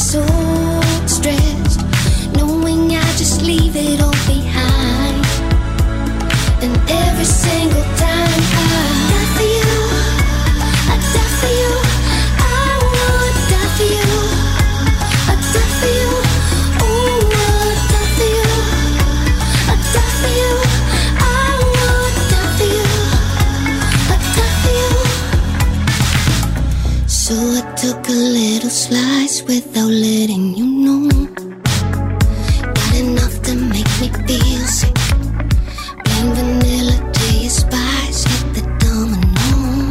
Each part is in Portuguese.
so stressed, knowing I just leave it all behind. And every single time I die for you, I die for you, I would die for you, I die for you, oh, I die for you, I die for you, I would die for you, I die for you. So I took a little slice without letting you know. Got enough to make me feel sick. Plain vanilla to your spice, hit the domino.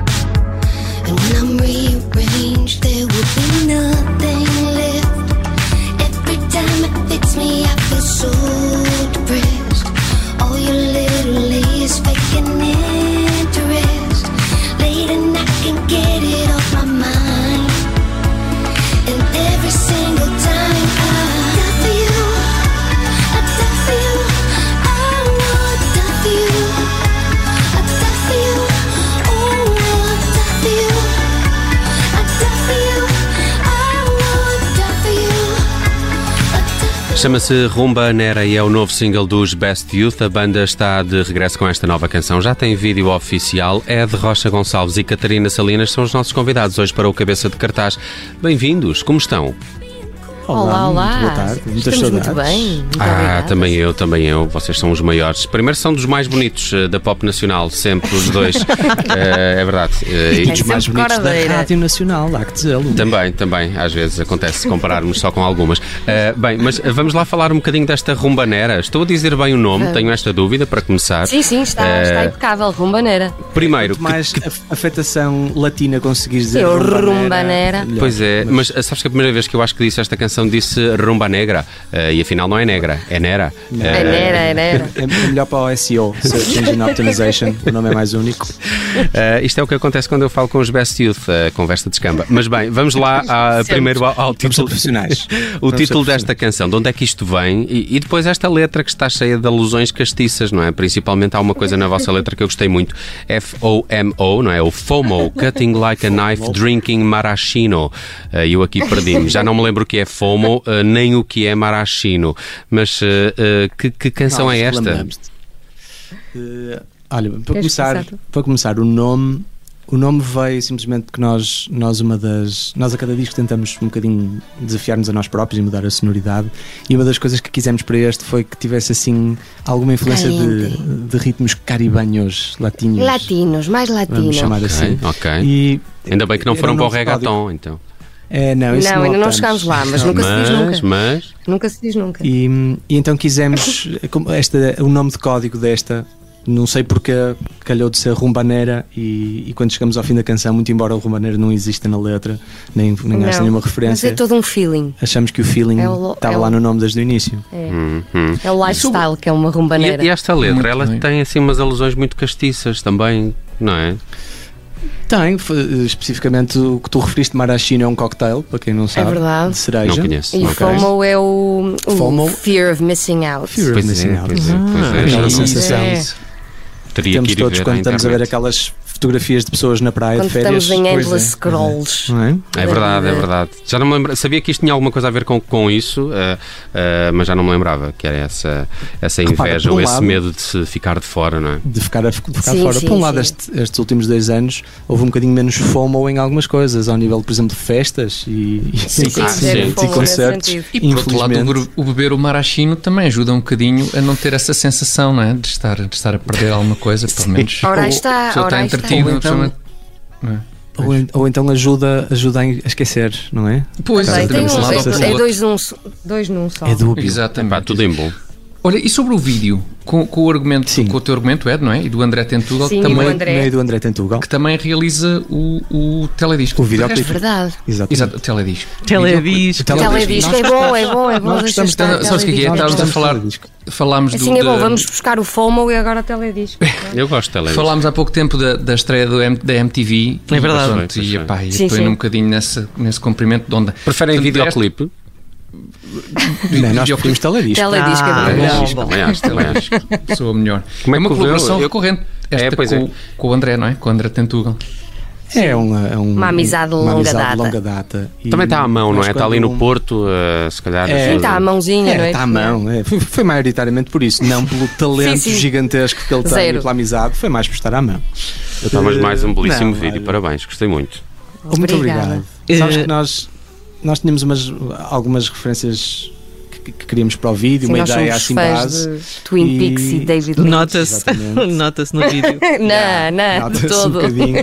And when I'm rearranged, there will be nothing left. Every time it fits me, I feel so depressed. All your little layers faking interest. Late and I can get it off my mind. And every single time I die for you, I die for you, I would die for you, I die for you, oh, I die for you, I die for you, I would die for you, I die for you. Chama-se Rumbanera e é o novo single dos Best Youth. A banda está de regresso com esta nova canção. Já tem vídeo oficial. Ed Rocha Gonçalves e Catarina Salinas são os nossos convidados hoje para o Cabeça de Cartaz. Bem-vindos, como estão? Olá, Muito boa tarde. Muitas Estamos saudades. muito bem. Muito obrigada. Também eu. Vocês são os maiores. Primeiro são dos mais bonitos da pop nacional, sempre os dois. É verdade. E dos sempre mais bonitos da coradeira. Rádio Nacional, há que dizê-lo. Também, às vezes acontece compararmos só com algumas. Bem, mas vamos lá falar um bocadinho desta Rumbanera. Estou a dizer bem o nome, tenho esta dúvida para começar. Sim, está impecável. Rumbaneira. Primeiro, Quanto mais afetação latina conseguires dizer Eu Rumbanera, Rumbanera. melhor. pois é, mas sabes que a primeira vez que eu acho que disse esta canção disse Rumba Negra, e afinal não é negra, é Nera. É Nera. É melhor para o SEO, Search Engine Optimization, o nome é mais único. Isto é o que acontece quando eu falo com os Best Youth, a conversa descamba. Mas bem, vamos lá primeiro ao Vamos ser título. profissionais. O título desta canção, de onde é que isto vem? E depois esta letra que está cheia de alusões castiças, não é? Principalmente há uma coisa na vossa letra que eu gostei muito, FOMO, não é? O FOMO, Cutting Like a Knife, Drinking Maraschino. Eu aqui perdi-me, já não me lembro o que é FOMO, nem o que é Maraschino. Mas que canção é esta? Lembramos-te. Olha, Queres para começar, o nome veio simplesmente porque nós a cada disco tentamos um bocadinho desafiar-nos a nós próprios e mudar a sonoridade, e uma das coisas que quisemos para este foi que tivesse assim alguma influência de ritmos caribenhos, latinos. Mais Vamos latino. chamar assim. Ok. E Ainda bem que não era foram um para o novo reggaeton, então. não, isso Não, ainda não optamos. chegámos lá, mas nunca se diz nunca. Mas Nunca se diz nunca. E então quisemos o nome de código desta, não sei porque calhou de ser Rumbanera, e quando chegamos ao fim da canção, muito embora o Rumbanera não exista na letra, nem haja nenhuma Mas referência, é todo um feeling. achamos que o feeling estava lá no nome desde o início. É o lifestyle que é uma rumbaneira. E esta letra, Muito ela bem. tem assim umas alusões muito castiças também, não é? Tem, especificamente o que tu referiste, Maraschino é um cocktail, para quem não sabe, verdade. de cereja. Não conheço. E Ok. FOMO é o FOMO. Fear of Missing Out. Fear of Pois missing é, out. pois é, pois é. Aquela Já não- sensação. É. Teria Temos que ir todos ver quando à estamos a ver internet. aquelas fotografias de pessoas na praia Quando de férias. estamos em Pois endless é. scrolls. Não é? É verdade. Já não me lembro, sabia que isto tinha alguma coisa a ver com isso, mas já não me lembrava que era essa Repara, inveja por um ou esse lado- medo de se ficar de fora, não é? De ficar de Sim, fora. sim, Por um lado, sim. estes últimos 2 anos houve um bocadinho menos FOMO em algumas coisas, ao nível, por exemplo, de festas e Sim, sim. FOMO nesse concertos. sentido. E por outro lado, Infelizmente. o beber o maraschino também ajuda um bocadinho a não ter essa sensação, não é? De estar a perder alguma coisa, pelo menos. Ora aí A está, pessoa ora aí está está. entretida, Ou então- uma pessoa- Ou então ajuda a esquecer, não é? Pois, Também tem exatamente, de um lado ou para o é outro. dois num só. É dúbio. Exatamente. Pá, tudo em bom. Olha, e sobre o vídeo, com o argumento, Sim. com o teu argumento, Ed, não é? E do André Tentugal, Sim, que e do também, André. Meio do André Tentugal. que também realiza o teledisco. O videoclipe. É verdade. Exato. Exato, o teledisco. Teledisco. Teledisco é bom, é bom. Nós Deixa gostamos estar, de- sabes o que é que é? teledisco. Estávamos a falar- Teledisco. Falámos Assim é bom, vamos buscar o FOMO e agora o teledisco. Eu gosto de teledisco. Falámos há pouco tempo da estreia da MTV. É verdade. Pronto, Pois e foi. epá, Sim, estou sim. um bocadinho nesse comprimento de onda. Preferem Portanto, videoclipe? Não, nós preferimos teledisco. Teledisco é bom. Teledisco. Também acho. Sou a melhor. Como é é uma que correu? colaboração Eu- recorrente. Esta pois com o André, não é? Com o André Tentugal. É uma amizade de longa data. E Também está à mão, não mas é? Está ali no quando- Porto, se calhar. É. Sim, está à mãozinha, não é? Está à mão. Foi maioritariamente por isso. Não pelo talento Sim, sim. gigantesco que ele tem Zero. e pela amizade. Foi mais por estar à mão. Então, mas mais um belíssimo Não, vídeo, olha. parabéns, gostei muito. Muito Obrigada. obrigado. Sabes que nós tínhamos algumas referências que queríamos para o vídeo, Sim, uma nós ideia somos assim fãs base. de Twin Peaks e David Lynch. Nota-se Exatamente. nota-se no vídeo. Não, Nota-se de todo. um bocadinho.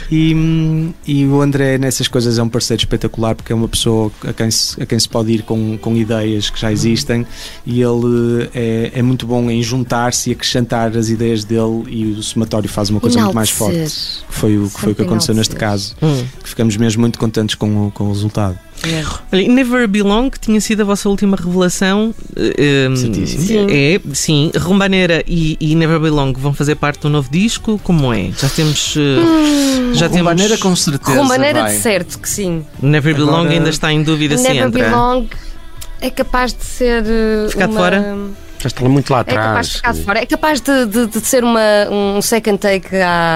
E o André nessas coisas é um parceiro espetacular porque é uma pessoa a quem se pode ir com ideias que já existem e ele é muito bom em juntar-se e acrescentar as ideias dele e o somatório faz uma coisa muito mais forte. Que foi o que aconteceu neste caso. Que ficamos mesmo muito contentes com o resultado. Olha, Never Belong tinha sido a vossa última revelação. Certíssimo. Sim. Rumbaneira e Never Belong vão fazer parte do novo disco? Como é? Já temos. Rumbaneira com certeza Rumbaneira vai. de certo que sim. Never Belong Agora- ainda está em dúvida se Never entra. Belong é capaz de ser Ficar de uma... fora? Já está muito lá É capaz de atrás. ficar de fora. É capaz de ser um second take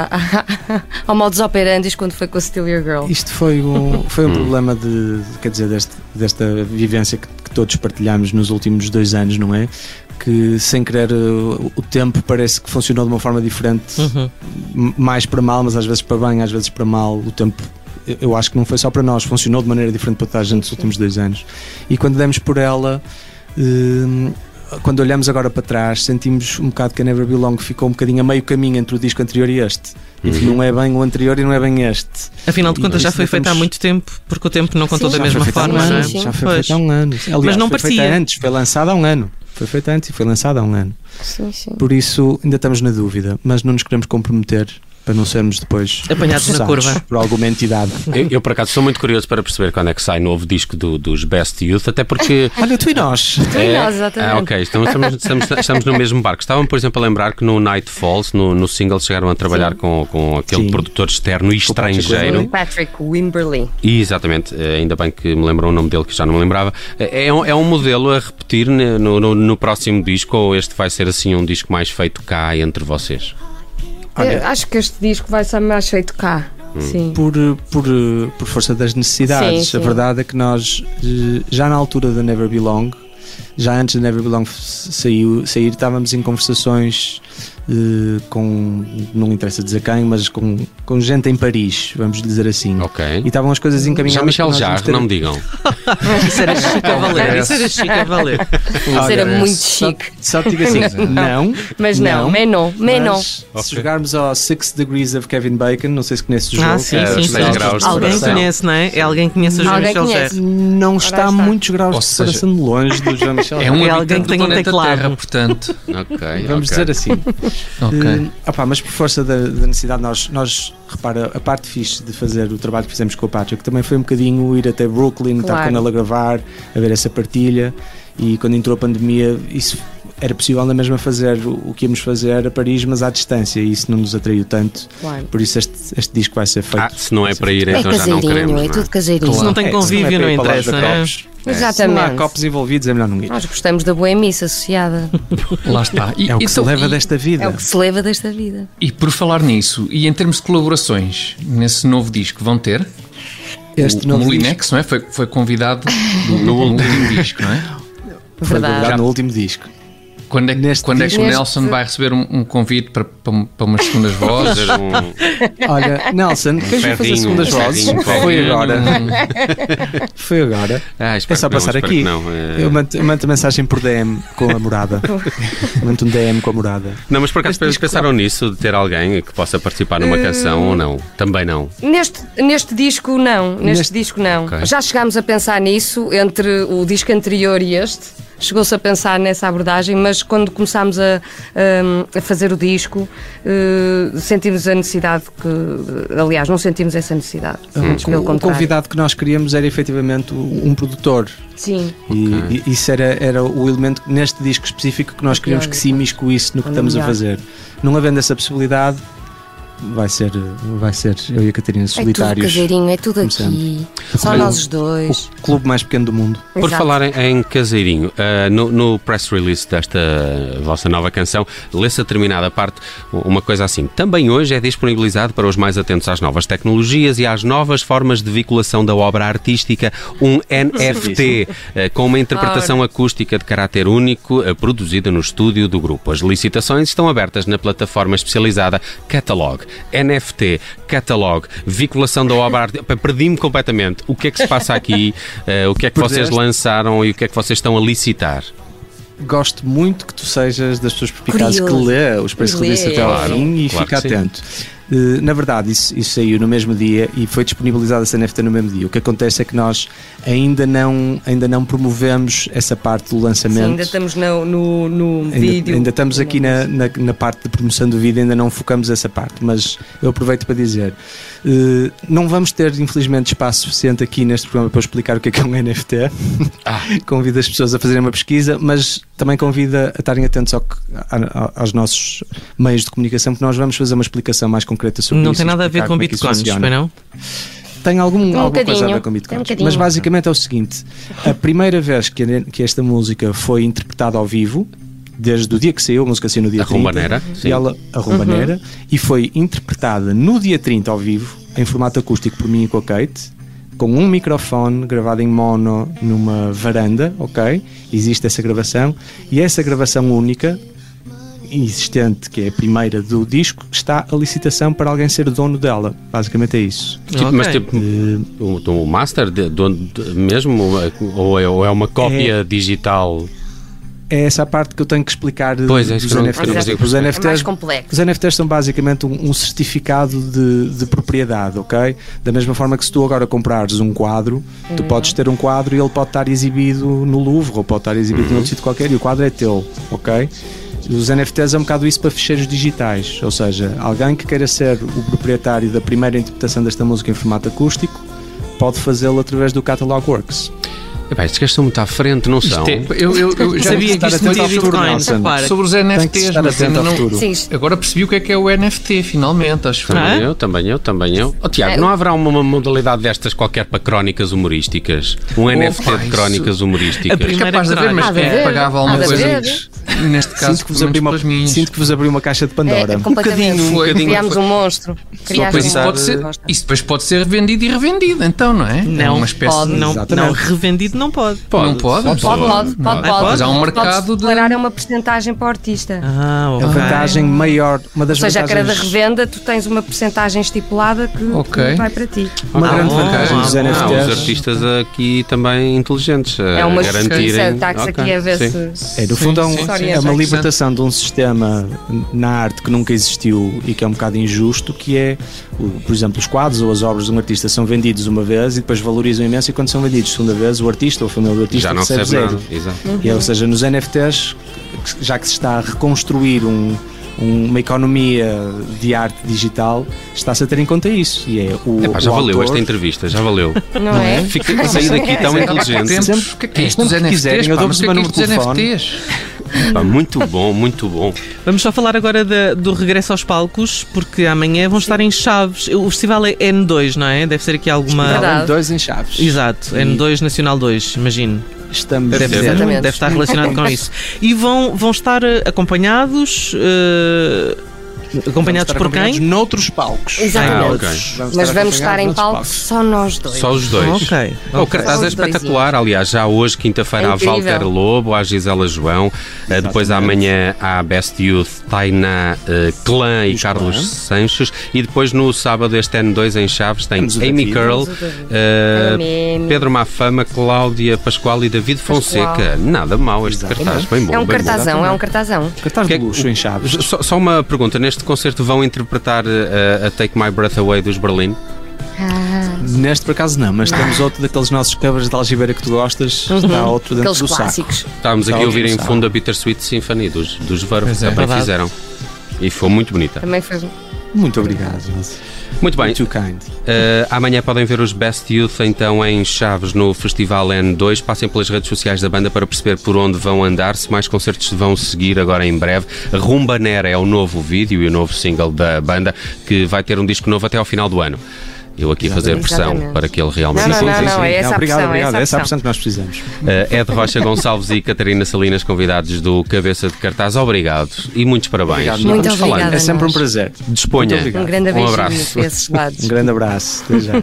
ao modus operandi quando foi com a Still Your Girl. Isto foi um problema quer dizer, desta vivência que todos partilhamos nos últimos 2 anos, não é? Que sem querer o tempo parece que funcionou de uma forma diferente, mais para mal, mas às vezes para bem, às vezes para mal. O tempo, eu acho que não foi só para nós, funcionou de maneira diferente para toda a gente nos últimos 2 anos. E quando demos por ela, quando olhamos agora para trás, sentimos um bocado que a Never Belong ficou um bocadinho a meio caminho entre o disco anterior e este. E que não é bem o anterior e não é bem este. Afinal de E contas, por já isso foi ainda feita há estamos- muito tempo, porque o tempo não contou Sim, da já mesma foi feita há forma, um não é? ano, Sim. já foi Pois. feita há um ano. Aliás, Mas não foi feita parecia. antes, foi lançada há um ano. Foi feita antes e foi lançada há um ano. Sim, sim. Por isso ainda estamos na dúvida, mas não nos queremos comprometer para não sermos depois Apanhados na processados curva. por alguma entidade. Eu, por acaso, sou muito curioso para perceber quando é que sai novo disco dos Best Youth, até porque. Olha, tu e nós. Tu e nós, exatamente. Ok, então estamos no mesmo barco. Estavam, por exemplo, a lembrar que no Night Falls, no single, chegaram a trabalhar com aquele Sim. produtor externo e Com o Patrick estrangeiro. Patrick Wimberly. E, exatamente, ainda bem que me lembram o nome dele, que já não me lembrava. É um modelo a repetir no próximo disco, ou este vai ser assim um disco mais feito cá entre vocês? Olha, Eu acho que este disco vai ser mais feito cá. Sim. por força das necessidades. Sim, sim. A verdade é que nós, já na altura da Never Belong, já antes da Never Belong sair, estávamos em conversações com, não interessa dizer quem, mas com gente em Paris, vamos dizer assim. Ok. E estavam as coisas encaminhadas. Jean-Michel para nós Jarre, ter- não me digam. Isso era chique a valer. Isso era chique a valer. Isso era Olha, muito só- chique. Só te digo assim, não. Mas não, menon. Mas se jogarmos ao 6 Degrees of Kevin Bacon, não sei se conheces o jogo. Ah, sim, É, sim, os sim. 6 graus de Alguém separação. conhece, não é? É alguém que conhece o João Alguém Michel conhece. Jarre. Não está a está. muitos graus Ou de seja, separação de longe do Jean-Michel. É um É alguém habitante que tem do um planeta teclado. Terra, portanto. Ok. Vamos ok. dizer assim. Ok. Mas por força da necessidade, nós, repara, a parte fixe de fazer o trabalho que fizemos com o Patrick também foi um bocadinho ir até Brooklyn, estar Claro. com ele a gravar, a ver essa partilha. E quando entrou a pandemia, isso era possível na mesma fazer o que íamos fazer a Paris, mas à distância, e isso não nos atraiu tanto. Claro. Por isso este disco vai ser feito. Se não é para ir, É então já não caseirinho, queremos. é não é? tudo caseirinho. Se não tem convívio, se não é para ir para interessa, loja não é? copos, se não há Exatamente. copos envolvidos, é melhor não ir. Nós gostamos da boemice associada. Lá está. É o que se leva desta vida. É o que se leva desta vida. E por falar nisso, e em termos de colaborações, nesse novo disco vão ter? Este O novo Molinex, não é? Foi convidado no último disco, não é? foi Verdade. convidado no último disco. Quando é Neste que o disco- Nelson vai receber um convite para umas segundas vozes? Fazer um. Olha, Nelson, queres vir fazer ferrinho, segundas um vozes? ferrinho, Foi agora. Um- Foi agora. Espero É só que não, passar espero aqui. que não. Eu mando a mensagem por DM com a morada. Mando um DM com a morada. Não, mas por acaso Este disco- pensaram nisso, de ter alguém que possa participar numa canção ou não? Também não. Neste disco, não. Neste disco, não. Ok. Já chegámos a pensar nisso entre o disco anterior e este. Chegou-se a pensar nessa abordagem, mas quando começámos a fazer o disco, sentimos a necessidade que. Aliás, não sentimos essa necessidade. Antes, pelo O contrário. convidado que nós queríamos era efetivamente um produtor. Sim. E isso era o elemento neste disco específico que nós queríamos que se imiscuísse no que estamos a fazer. Não havendo essa possibilidade, vai ser eu e a Catarina É tudo solitários. caseirinho, é tudo como sempre. aqui. Só Olha, nós os dois. O clube mais pequeno do mundo. Por Exato. falar em caseirinho, no press release desta vossa nova canção, lê-se a determinada parte uma coisa assim. Também hoje é disponibilizado para os mais atentos às novas tecnologias e às novas formas de veiculação da obra artística um NFT com uma interpretação acústica de caráter único produzida no estúdio do grupo. As licitações estão abertas na plataforma especializada Catalog. NFT, Catalog, veiculação da obra artística. Perdi-me completamente. O que é que se passa aqui? O que é que vocês lançaram e o que é que vocês estão a licitar? Gosto muito que tu sejas das pessoas perspicazes que Curioso. lê os press releases até ao Claro, fim e claro fica que sim. atento. Na verdade, isso saiu no mesmo dia e foi disponibilizada essa NFT no mesmo dia. O que acontece é que nós ainda não promovemos essa parte do lançamento. Sim, ainda estamos no vídeo. Ainda estamos aqui na parte de promoção do vídeo, ainda não focamos essa parte, mas eu aproveito para dizer, não vamos ter infelizmente espaço suficiente aqui neste programa para explicar o que é um NFT. Convido as pessoas a fazerem uma pesquisa, mas também convido a estarem atentos aos nossos meios de comunicação, porque nós vamos fazer uma explicação mais concreta sobre Não isso. tem nada a ver explicar com como é que isso bitcoins, funciona. pois não? Tem alguma coisa a ver bocadinho, com bitcoins. tem um bocadinho. Mas basicamente é o seguinte: a primeira vez que esta música foi interpretada ao vivo, desde o dia que saiu, a música saiu no dia A 30, Rumbaneira, sim. e ela, a Rumbaneira, e foi interpretada no dia 30 ao vivo, em formato acústico por mim e com a Kate, com um microfone gravado em mono numa varanda, ok? Existe essa gravação, e essa gravação única existente, que é a primeira do disco, está a licitação para alguém ser dono dela. Basicamente é isso. Mas Ok. tipo, o master mesmo? Ou é uma cópia digital? É essa a parte que eu tenho que explicar Pois, é isso dos que eu não NFTs. consigo Os perceber. É mais NFTs, complexo. os NFTs são basicamente um certificado de propriedade, ok? Da mesma forma que se tu agora comprares um quadro, tu podes ter um quadro e ele pode estar exibido no Louvre ou pode estar exibido num outro sítio qualquer e o quadro é teu, ok? Os NFTs é um bocado isso para ficheiros digitais, ou seja, alguém que queira ser o proprietário da primeira interpretação desta música em formato acústico pode fazê-lo através do Catalog Works. Epá, estes gajos estão muito à frente, não são? Eu já Sabia que estar isto atento metia ao futuro, bitcoins, Nelson. repara. sobre os Tem que NFTs, estar mas atento ainda ao não. futuro. Sim, Agora percebi o que é o NFT, finalmente. Acho que Também eu. Oh, Tiago, não haverá uma modalidade destas qualquer para crónicas humorísticas? Um NFT pá, de crónicas humorísticas? A primeira capaz de haver, mas Há de é haver. pagava Há alguma de coisa. haver. Neste caso, Sinto que pelas minhas. vos abri uma caixa de Pandora. É, completamente. Um bocadinho. Criámos um monstro. Criaste Mas isso um pode monstro. ser, isso depois pode ser vendido e revendido, então, não é? É Não, uma espécie pode. de... Não, Exatamente. revendido não pode. Não pode? Pode. Mas há um mercado Pode de... declarar uma porcentagem para o artista. Ah, A ok. vantagem maior, uma das Ou seja, a cada vantagens, revenda tu tens uma porcentagem estipulada que Ok. vai para ti. uma grande bom. vantagem dos Ah, Os NFTs artistas aqui também inteligentes É uma a justiça, garantirem. está-se Ok, aqui a ver sim. se... é, no fundo sim, sim. é uma libertação de um sistema na arte que nunca existiu e que é um bocado injusto, que é, por exemplo, os quadros ou as obras de um artista são vendidos uma vez e depois valorizam imenso, e quando são vendidos segunda vez, o artista ou a família do artista Já não recebe recebe zero. nada. Exato. E, ou seja, nos NFTs, já que se está a reconstruir uma economia de arte digital, está-se a ter em conta isso. E é Epá, já o valeu autor, esta entrevista, já valeu. Não é? Fica, saí daqui tão inteligente. Tempos, o que é isto dos Sempre que quiserem, NFTs? eu Pá, mas dou-vos o que é o meu isto dos número de NFTs? Pá, muito bom, muito bom. Vamos só falar agora do regresso aos palcos, porque amanhã vão estar em Chaves. O festival é N2, não é? Deve ser aqui alguma... Verdade. dois em Chaves. Exato, E- N2 Nacional 2, imagino. Estamos Deve, ser, Exatamente. deve estar relacionado com isso. E vão estar acompanhados. Acompanhados por quem? Noutros palcos. Exatamente. Ah, ok. Mas vamos estar em noutros palco palcos. só nós dois. Só os dois. Ok. O cartaz Só é os dois espetacular, aliás, já hoje, quinta-feira, É há incrível. Walter Lobo, há Gisela João, depois amanhã há Best Youth, Tainá, Clã e Os Carlos Clã. Sanches, e depois no sábado este N2 em Chaves tem Temos o Amy David. Curl, Temos o David. Amy. Pedro Mafama, Cláudia Pascoal e David Fonseca. Nada mau este cartaz, bem bom. É um bem bom. cartazão, é um cartazão. Cartaz Que de é que- luxo em Chaves. Só uma pergunta, neste concerto vão interpretar a Take My Breath Away dos Berlim? Neste por acaso não, mas temos outro daqueles nossos covers de Algibeira que tu gostas. Está outro dentro Aqueles do saco. clássicos. Estávamos aqui a ouvir em Alcançar. fundo a Bittersweet Symphony dos Verve, Pois é, também verdade. fizeram. E foi muito bonita. Também foi. Muito obrigado. Muito bem. Too kind. Amanhã podem ver os Best Youth então em Chaves no Festival N2. Passem pelas redes sociais da banda para perceber por onde vão andar, se mais concertos vão seguir agora em breve. Rumba Nera é o novo vídeo e o novo single da banda, que vai ter um disco novo até ao final do ano. Eu aqui fazer pressão para que ele realmente... Não, é essa a pressão. Obrigado. É essa a pressão que nós precisamos. Ed Rocha Gonçalves e Catarina Salinas, convidados do Cabeça de Cartaz, obrigado e muitos parabéns. Muito obrigada. É sempre um prazer. Disponha. Um grande beijinho abraço. para esses lados. Um grande abraço. Até já.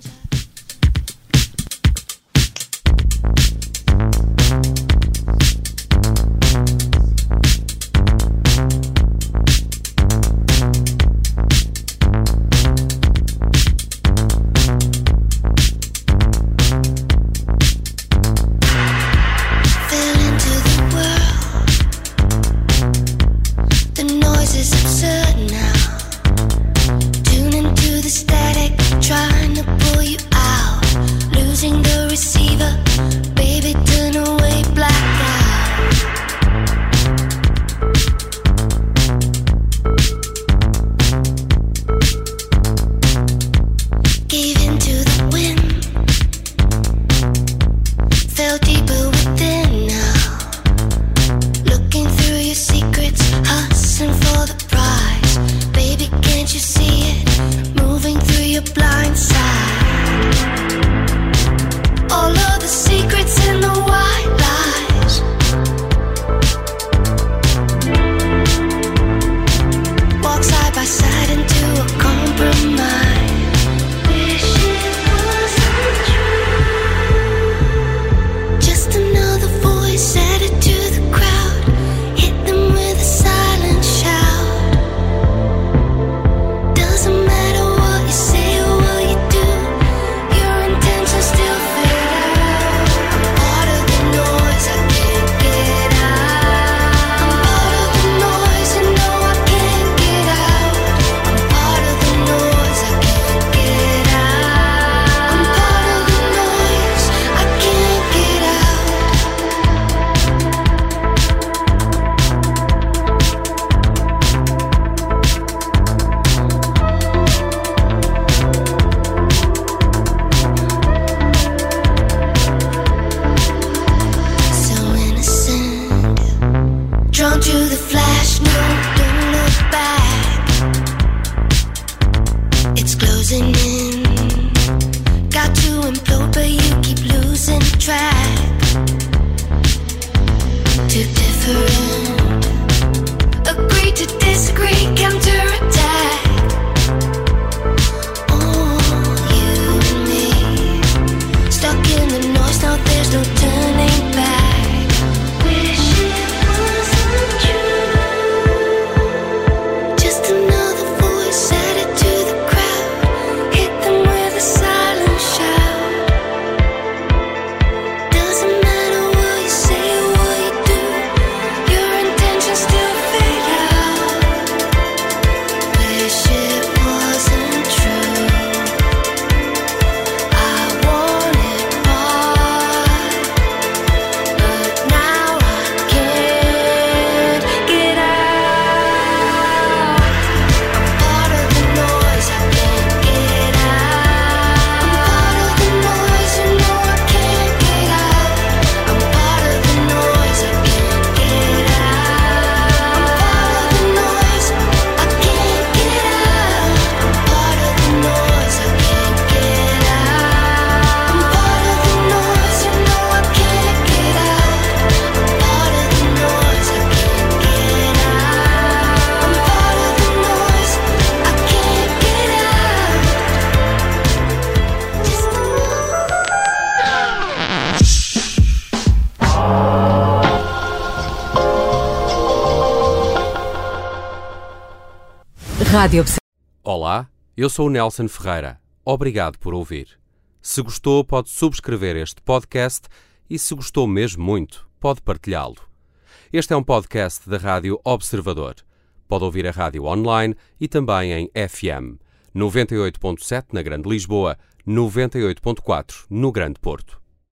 Olá, eu sou o Nelson Ferreira. Obrigado por ouvir. Se gostou, pode subscrever este podcast e, se gostou mesmo muito, pode partilhá-lo. Este é um podcast da Rádio Observador. Pode ouvir a rádio online e também em FM 98.7 na Grande Lisboa, 98.4 no Grande Porto.